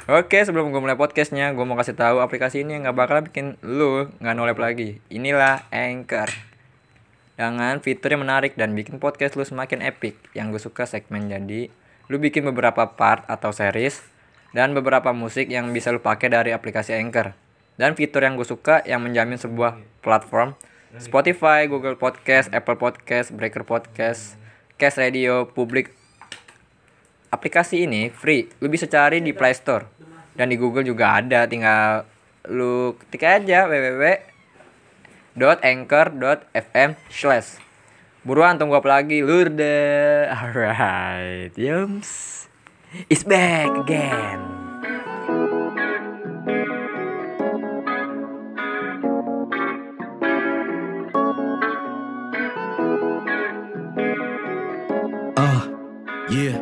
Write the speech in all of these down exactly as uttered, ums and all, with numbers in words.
Oke, sebelum gue mulai podcastnya, gue mau kasih tahu aplikasi ini nggak bakal bikin lu nggak nolep lagi. Inilah Anchor. Dengan fitur yang menarik dan bikin podcast lu semakin epic. Yang gue suka segmen jadi, lu bikin beberapa part atau series dan beberapa musik yang bisa lu pakai dari aplikasi Anchor. Dan fitur yang gue suka yang menjamin sebuah platform Spotify, Google Podcast, Apple Podcast, Breaker Podcast, Cast Radio, Public. Aplikasi ini free, lu bisa cari di Play Store dan di Google juga ada, tinggal lu ketik aja w w w dot anchor dot f m slash. Buruan tunggu apa lagi, lurde. Alright, yums, it's back again. Uh, yeah.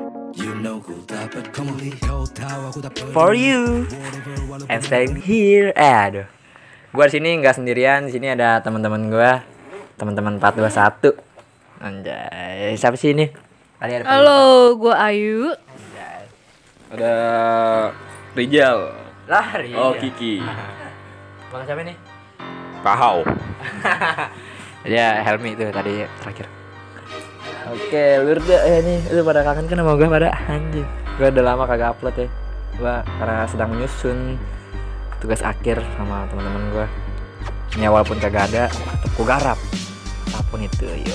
For you, I'm staying here. Eh, aduh. Gua di sini nggak sendirian. Di sini ada teman-teman gua, teman-teman empat dua satu. Anjay, siapa sih ini? Tadi ada Halo, gue Ayu. Anjay. Ada Rijal. Lari. Oh, Kiki. Bang siapa nih? Pahau. Ya, Helmi itu tadi terakhir. Oke, lurde ya nih, lu pada kangen kan sama gue pada anjing. Gue udah lama kagak upload ya. Gue karena sedang menyusun tugas akhir sama teman-teman gue. Ya walaupun kagak ada, tetap gue garap. Apapun itu, yo.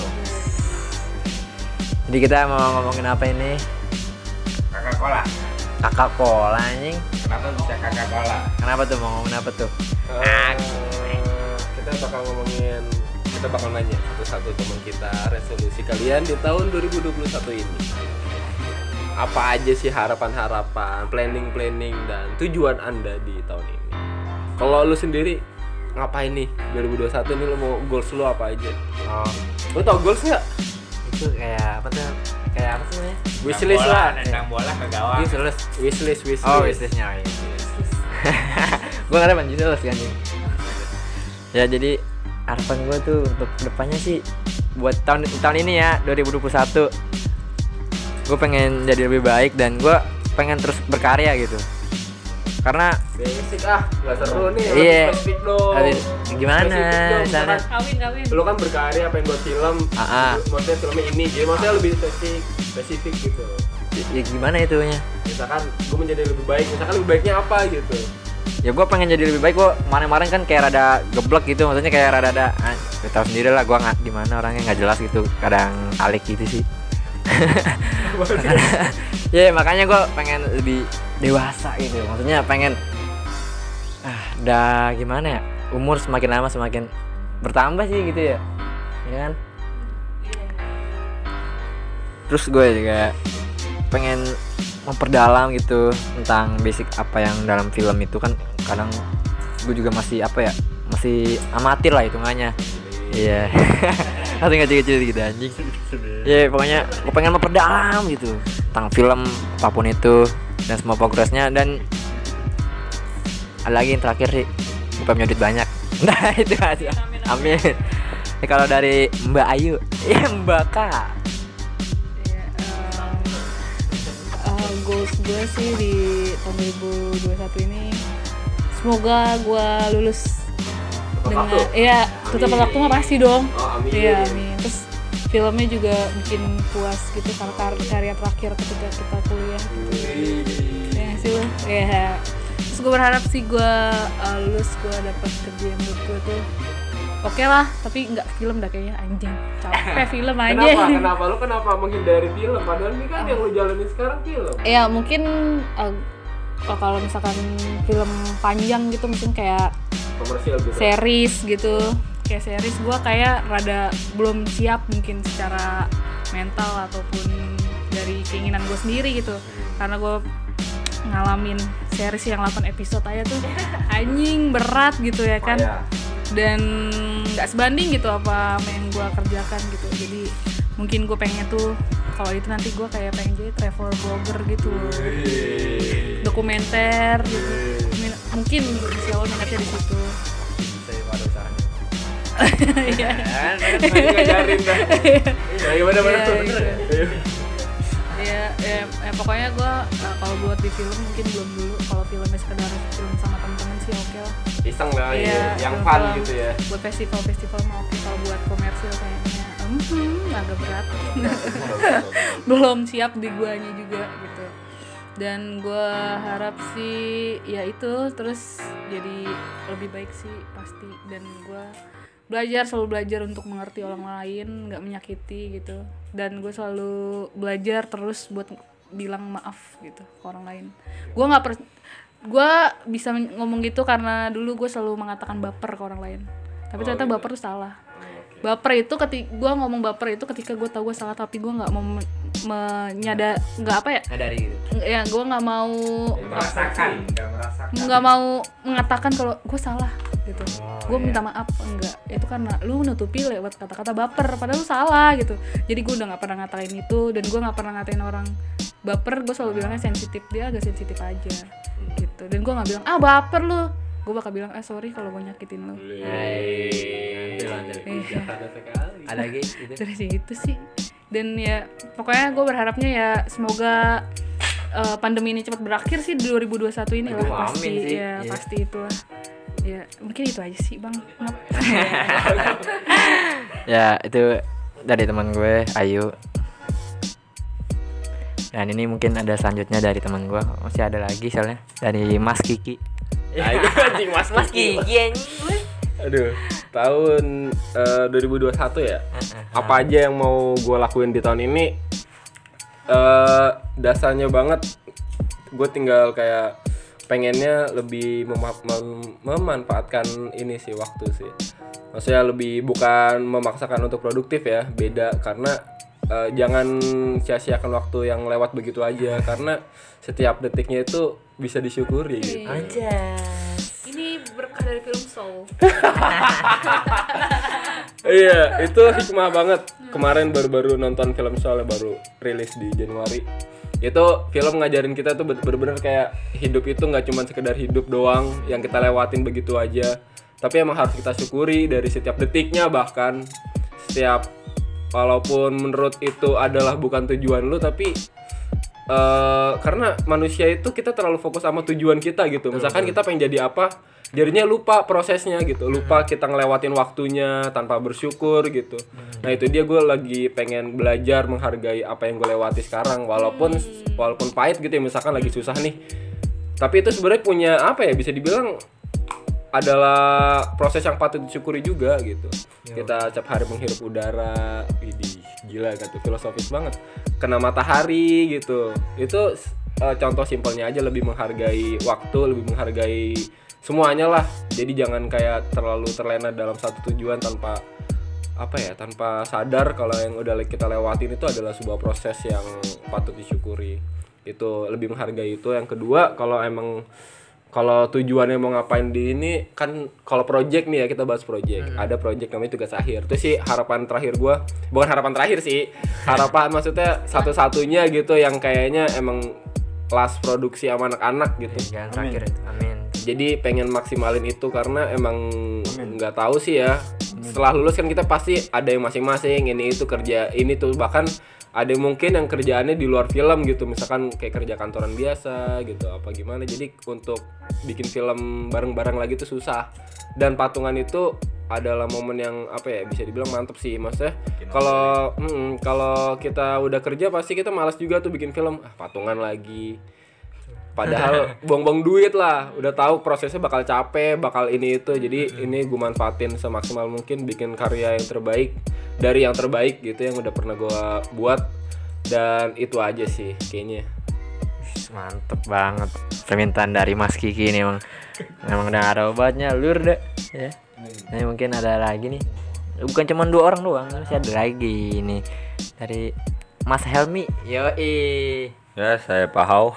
Jadi kita mau ngomongin apa ini? Kakak Cola. Kakak Cola anjing. Kenapa bisa Kakak Cola? Kenapa tuh mau ngomongin apa tuh? Uh, kita bakal ngomongin, kita bakal nanya satu-satu teman kita resolusi kalian di tahun dua ribu dua puluh satu ini. Apa aja sih harapan-harapan, planning-planning dan tujuan Anda di tahun ini? Kalau lu sendiri ngapain nih dua ribu dua puluh satu ini, lu mau goals lu apa aja? Oh, Lu tau goals nggak? itu kayak apa tuh? Kayak apa sih namanya? Wishlist lah. Nendang bola ke gawang. Wishlist. Wishlist, wishlist. Oh, wishlistnya. Oh, iya. Gue nggak ada wishlist kan. Ya jadi harapan gue tuh untuk kedepannya sih buat tahun tahun ini ya dua ribu dua puluh satu, gue pengen jadi lebih baik dan gue pengen terus berkarya gitu. Karena basic ah, gak seru nih. Iya. Spesifik dong. Habis gimana Spesifik dong, misalnya? misalkan Kawin, kawin. lu kan berkarya pengen buat film, Ah, ah. maksudnya filmnya ini, jadi maksudnya lebih spesifik, spesifik gitu. Ya gimana itunya? Misalkan gue menjadi lebih baik, misalkan lebih baiknya apa gitu. Ya gue pengen jadi lebih baik. Gue kemarin-kemarin kan kayak rada geblek gitu, maksudnya kayak rada ada, ah, lu tahu sendiri lah gue nggak gimana orangnya nggak jelas gitu, kadang alik gitu sih. Ya yeah, makanya gue pengen lebih dewasa gitu, maksudnya pengen ah udah gimana ya, umur semakin lama semakin bertambah sih gitu ya, ya kan. Terus gue juga pengen memperdalam gitu tentang basic apa yang dalam film itu kan. Kadang gue juga masih apa ya, masih amatir lah hitungannya. Iya. Masih kecil-kecil gitu anjing. Ya yeah, pokoknya gue pengen memperdalam gitu tentang film apapun itu dan semua progresnya. Dan ada lagi yang terakhir sih, gue pengen nyedit banyak. Nah itu aja. Amin. Ya, kalau dari Mbak Ayu, ya Mbak Kak. Uh, goals gue sih di tahun dua ribu dua puluh satu ini, semoga gue lulus dengan, ya tetap waktu mah pasti dong. Oh, amin. Iya, amin. Terus filmnya juga bikin puas gitu karena kar- karya terakhir ketika kita kuliah gitu. Ya sih lo. Ya. Terus gue berharap sih gue uh, lulus, gue dapat kerja yang menurut gue tuh oke okay lah, tapi nggak film dah kayaknya, anjing capek film aja. Kenapa? Kenapa lu kenapa menghindari film? Padahal ini kan yang lu jalanin sekarang film. Ya mungkin uh, kalau misalkan film panjang gitu, mungkin kayak Komersial gitu. series gitu, kayak series gue kayak rada belum siap mungkin secara mental ataupun dari keinginan gue sendiri gitu, karena gue ngalamin series yang delapan episode aja tuh anjing berat gitu ya kan. Payah. Dan nggak sebanding gitu apa sama yang gue kerjakan gitu. Jadi mungkin gue pengen tuh kalau itu nanti gue kayak pengen jadi travel blogger gitu, dokumenter gitu. Min- mungkin insya Allah minatnya di situ. Saya ada usahanya. Iya. Nanti ngajarin dah. Ya gimana mana? Iya, iya. Ya, ya, ya pokoknya gue uh, kalau buat di film mungkin belum dulu. Kalau film sekedar film sama teman-teman sih oke lah. Iseng lah Iya, ya, yang film- fun film gitu ya. Buat festival-festival mah oke, kalau buat komersil kayaknya hmm, agak berat. Belum siap di guanya juga gitu. Dan gue harap sih ya itu terus jadi lebih baik sih pasti, dan gue belajar selalu belajar untuk mengerti orang lain, nggak menyakiti gitu, dan gue selalu belajar terus buat bilang maaf gitu ke orang lain. Gue nggak per gue bisa ngomong gitu karena dulu gue selalu mengatakan baper ke orang lain, tapi Oh, ternyata gitu. baper tuh salah. Baper itu ketika gue ngomong baper itu ketika gue tahu gue salah, tapi gue nggak mau men- menyadar nggak apa ya Nyadari gitu. ya gue nggak mau Merasakan, enggak merasakan. nggak mau mengatakan kalau gue salah gitu. Oh, Gue iya. minta maaf enggak, itu karena lu menutupi lewat kata-kata baper padahal lu salah gitu. Jadi gue udah nggak pernah ngatain itu, dan gue nggak pernah ngatain orang baper. Gue selalu bilangnya sensitif, dia agak sensitif aja gitu. Dan gue nggak bilang ah baper lu, gue bakal bilang ah sorry kalau gue nyakitin lu. Hei, Iya. ada sekali. Ada lagi gitu. Dari situ sih. Dan ya pokoknya gue berharapnya ya semoga uh, pandemi ini cepat berakhir sih di dua ribu dua puluh satu ini lah. Aduh, Pasti amin sih. ya Iya. pasti itulah. Ya mungkin itu aja sih bang. Ngap. Ya itu dari teman gue Ayu. Dan ini mungkin ada selanjutnya dari teman gue, masih ada lagi soalnya dari Mas Kiki. Nah, itu anjing Mas Mas Kiki. Kiki anjing gue. Aduh, tahun eh, dua ribu dua puluh satu ya. Apa aja yang mau gue lakuin di tahun ini? Eh dasarnya banget, gue tinggal kayak pengennya lebih mema- mem- memanfaatkan ini sih, waktu sih. Maksudnya lebih bukan memaksakan untuk produktif ya, beda karena eh, jangan sia-siakan waktu yang lewat begitu aja, karena setiap detiknya itu bisa disyukuri gitu. Anjas. Ini berkah dari film Soul. Iya, itu hikmah banget. Kemarin baru-baru nonton film soalnya baru rilis di Januari. Itu film ngajarin kita tuh bener-bener kayak hidup itu nggak cuma sekedar hidup doang yang kita lewatin begitu aja. Tapi emang harus kita syukuri dari setiap detiknya, bahkan setiap walaupun menurut itu adalah bukan tujuan lu, tapi eh karena manusia itu kita terlalu fokus sama tujuan kita gitu. Misalkan kita pengen jadi apa, jadinya lupa prosesnya gitu, lupa kita ngelewatin waktunya tanpa bersyukur gitu. Nah itu dia, gue lagi pengen belajar menghargai apa yang gue lewati sekarang, walaupun walaupun pahit gitu ya, misalkan lagi susah nih, tapi itu sebenarnya punya apa ya, bisa dibilang adalah proses yang patut disyukuri juga gitu. Kita setiap hari menghirup udara, widih gila gitu, filosofis banget, kena matahari gitu. Itu uh, contoh simpelnya aja, lebih menghargai waktu, lebih menghargai semuanya lah. Jadi jangan kayak terlalu terlena dalam satu tujuan tanpa apa ya, tanpa sadar kalau yang udah kita lewatin itu adalah sebuah proses yang patut disyukuri. Itu lebih menghargai itu. Yang kedua, kalau emang kalau tujuannya mau ngapain di ini kan, kalau project nih ya, kita bahas project. Hmm. Ada project namanya tugas akhir. Itu sih harapan terakhir gua. Bukan harapan terakhir sih. Harapan maksudnya satu-satunya gitu yang kayaknya emang last produksi sama anak-anak gitu. Jangan terakhir itu. Amin. Jadi pengen maksimalin itu karena emang nggak tahu sih ya. Setelah lulus kan kita pasti ada yang masing-masing, ini itu kerja ini tuh, bahkan ada yang mungkin yang kerjaannya di luar film gitu, misalkan kayak kerja kantoran biasa gitu apa gimana. Jadi untuk bikin film bareng-bareng lagi tuh susah, dan patungan itu adalah momen yang apa ya, bisa dibilang mantep sih. Maksudnya kalau hmm, kalau kita udah kerja pasti kita malas juga tuh bikin film, ah patungan lagi. Padahal buang-buang duit lah, udah tahu prosesnya bakal capek, bakal ini itu. Jadi ini gue manfaatin semaksimal mungkin, bikin karya yang terbaik dari yang terbaik gitu yang udah pernah gue buat. Dan itu aja sih kayaknya. Mantep banget permintaan dari Mas Kiki ini, emang emang udah ada obatnya, lur deh ya. Nah, mungkin ada lagi nih, bukan cuma dua orang doang, masih ada lagi nih dari Mas Helmi. Yoi. Ya, saya Pahau.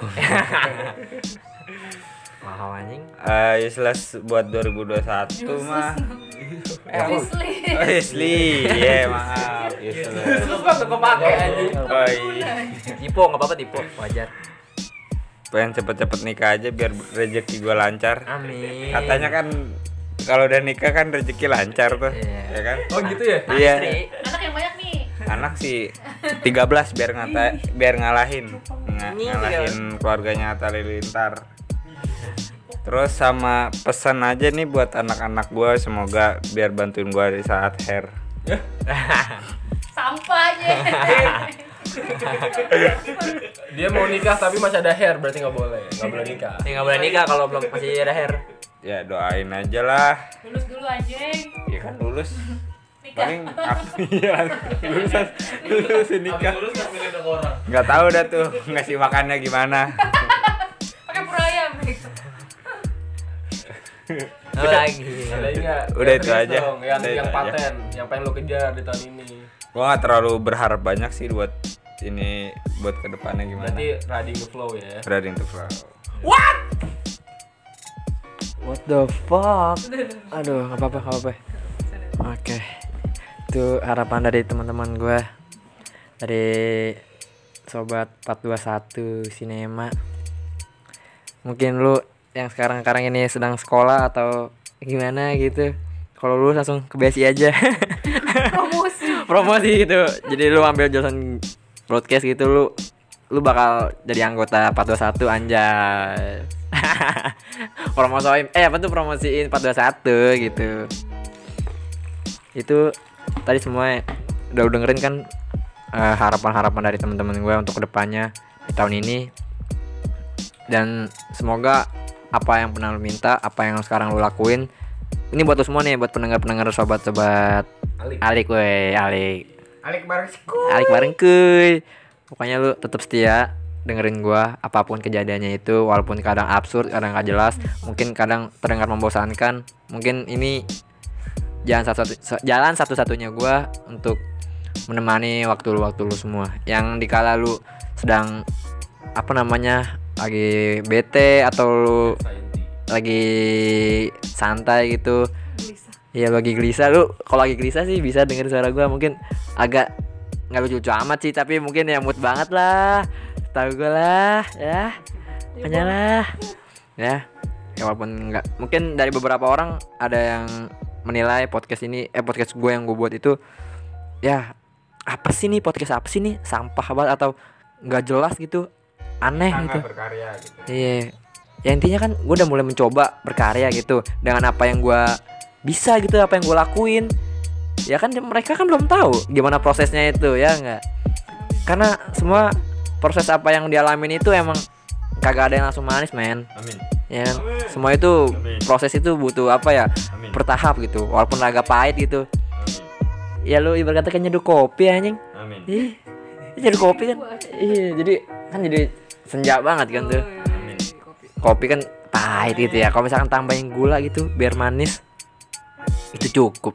Mahal anjing. Eh, useless buat dua ribu dua puluh satu mah. Obviously. Obviously, ya maaf. Useless. Lupa tuh kepake anjing. Oh, iya. Tipe nggak apa-apa, tipe wajar. Pengen cepet-cepet nikah aja biar rezeki gue lancar. Amin. Katanya kan kalau udah nikah kan rezeki lancar tuh, Iya. ya kan? Oh gitu ya? Iya. Anak yang banyak nih. Anak sih tiga belas biar ngata biar ngalahin Nga- ngalahin keluarganya Atta Halilintar. Terus sama pesan aja nih buat anak-anak gue, semoga biar bantuin gue di saat hair. Sampah aja. Dia mau nikah tapi masih ada hair, berarti nggak boleh, nggak boleh nikah. Ya nggak boleh nikah kalau belum masih ada hair. Ya doain aja lah. Lulus dulu anjing. Ya kan lulus. Nikah. Paling aku iya lulus lulus nikah. Lulus nggak milih ke orang. Nggak tahu dah tuh ngasih makannya gimana. Pakai pura ayam gitu. Oh, lagi. Ada nggak? Udah Yang itu serius aja. dong, yang Udah yang itu aja. paten, yang pengen lo kejar di tahun ini. Gua nggak terlalu berharap banyak sih buat ini, buat kedepannya gimana. Berarti riding the flow ya. Riding the flow. What the fuck? Aduh, nggak apa-apa, nggak apa-apa. Oke, itu harapan dari teman-teman gue, dari sobat empat dua satu Cinema. Mungkin lu yang sekarang-sekarang ini sedang sekolah atau gimana gitu, kalau lu langsung ke B S I aja. Promosi. Promosi gitu. Jadi lu ambil jurusan broadcast gitu, lu lu bakal jadi anggota empat dua satu anjay. Promosiin eh apa tuh promosiin empat dua satu gitu. Itu tadi semua udah lu dengerin kan, eh, harapan-harapan dari teman-teman gue untuk kedepannya di tahun ini. Dan semoga apa yang pernah lu minta, apa yang sekarang lu lakuin, ini buat lu semua nih, buat pendengar-pendengar sobat-sobat Alik. Alik weh, Alik. Alik bareng Alik bareng kuy. Pokoknya lu tetap setia dengerin gua apapun kejadiannya itu, walaupun kadang absurd, kadang gak jelas, mungkin kadang terdengar membosankan. Mungkin ini jalan satu jalan satu-satunya gua untuk menemani waktu lu waktu lu semua. Yang dikala lu sedang apa namanya lagi bete atau lu lagi santai gitu, Gelisah. ya lagi gelisah, lu kalau lagi gelisah sih bisa dengerin suara gue. Mungkin agak nggak lucu-lucu amat sih, tapi mungkin ya mood banget lah, tahu gue lah ya, makanya lah ya. Ya walaupun nggak, mungkin dari beberapa orang ada yang menilai podcast ini eh podcast gue yang gue buat itu ya apa sih nih, podcast apa sih nih, sampah banget atau nggak jelas gitu, aneh gitu. berkarya gitu. Iya, ya intinya kan gue udah mulai mencoba berkarya gitu dengan apa yang gue bisa gitu, apa yang gue lakuin. Ya kan mereka kan belum tahu gimana prosesnya itu, ya enggak. Karena semua proses apa yang dialamin itu emang kagak ada yang langsung manis, men. Amin. Ya kan? Semua itu Amin. proses itu butuh apa ya? Amin. Bertahap gitu, walaupun agak pahit gitu. Ya lu ibarat kata kayak nyeduh kopi anjing. Amin. Ih, nyeduh kopi kan. Iya, jadi kan jadi senja banget kan tuh. Amin. Kopi kan pahit gitu ya. Kalau misalkan tambahin gula gitu biar manis, itu cukup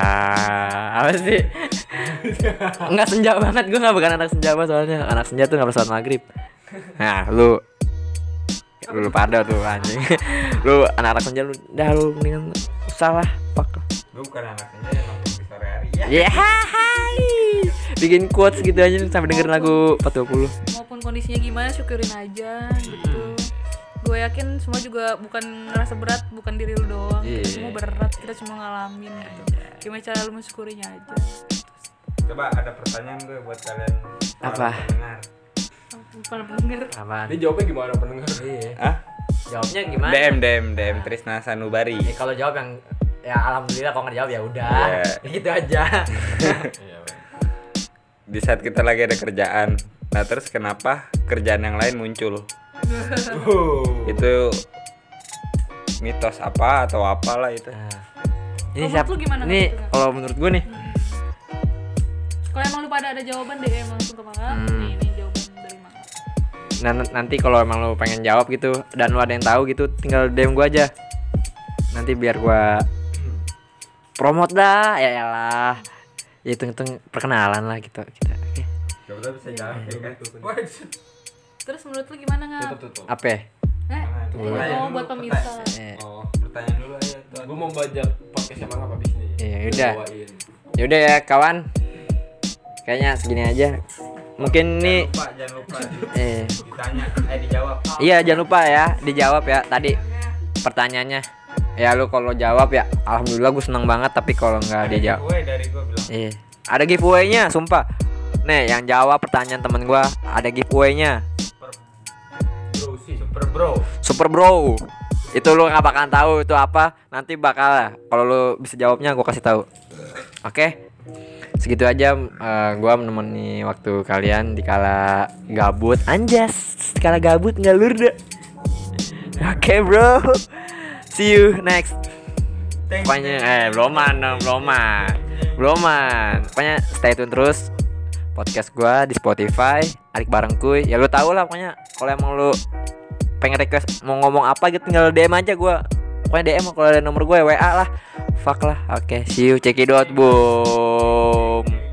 lah. Apa sih? Enggak senja banget, gue nggak bukan anak senja banget soalnya. Anak senja tuh nggak pernah sholat maghrib. Nah, lu lu, lu pada tuh anjing. Lu anak-anak senja lu dah lu mendingan salah pak. Gue bukan anaknya yang nongkrong di sore hari ya. Ya, hai. Bikin quotes gitu aja sampai dengerin lagu empat dua puluh. Maupun kondisinya gimana, syukurin aja gitu. Gue yakin semua juga bukan ngerasa berat, bukan diri lu doang. Iya. Kita semua berat, kita semua ngalamin gitu. Gimana cara lu mensyukurinya aja. Coba ada pertanyaan gue buat kalian. para Apa? pendengar. Bukan pendengar. Apaan? Dia jawabnya gimana pendengar? Iya. Ah? Jawabnya gimana? D M D M D M Trisna Sanubari. Ya, kalau jawab yang ya alhamdulillah, kalau nggak jawab ya udah. Iya. Gitu aja. Iya, Bang. Di saat kita lagi ada kerjaan, nah terus kenapa kerjaan yang lain muncul? Itu mitos apa atau apalah itu? Nah, ini Menurut siapa? lu gimana Ini menurut lu? kalau menurut gue nih, Kalau emang lu pada ada jawaban D M langsung ke Mangga. Hmm. Nih, ini jawaban dari Mangga. nah, nanti kalau emang lo pengen jawab gitu dan lo ada yang tahu gitu, tinggal D M gue aja. Nanti biar gue promote dah, ya elah. Ya hitung-hitung perkenalan lah gitu kita. Oke. Coba bisa jawab ya kan? Terus menurut lu gimana nggak? Tutup tutup. Apa? ya? Eh? Pertanyaan Oh, dulu, buat pemirsa. Eh, Oh, Pertanyaan dulu aja. gue mau baca podcastnya Mangga habis nih. Iya, Gua udah. bawain. ya udah ya kawan. Kayaknya segini aja. Mungkin nih Lupa, jangan lupa eh ditanya, eh dijawab. iya jangan lupa ya dijawab ya tadi pertanyaannya. Ya lu kalau jawab ya alhamdulillah gue seneng banget, tapi kalau nggak dia jawab, Gue dari gue bilang. iya ada giveaway-nya sumpah. Nih yang jawab pertanyaan temen gue ada giveaway-nya. Super bro sih, super bro. Super bro. Itu lu nggak bakalan tahu itu apa. Nanti bakal kalau lu bisa jawabnya gue kasih tahu. Oke. Segitu aja uh, gue menemani waktu kalian di kala gabut. Anjas, kala gabut ngalur deh. Oke bro. See you next. Pokoknya eh belum man, belum man. Belum man. Pokoknya stay tune terus podcast gue di Spotify, Arik Bareng Kuy. Ya lu tau lah pokoknya. Kalau emang lu pengen request mau ngomong apa gitu tinggal D M aja gue. Pokoknya D M kalau ada nomor gue W A lah. Fuck lah. Oke, okay, see you, check it out, boom.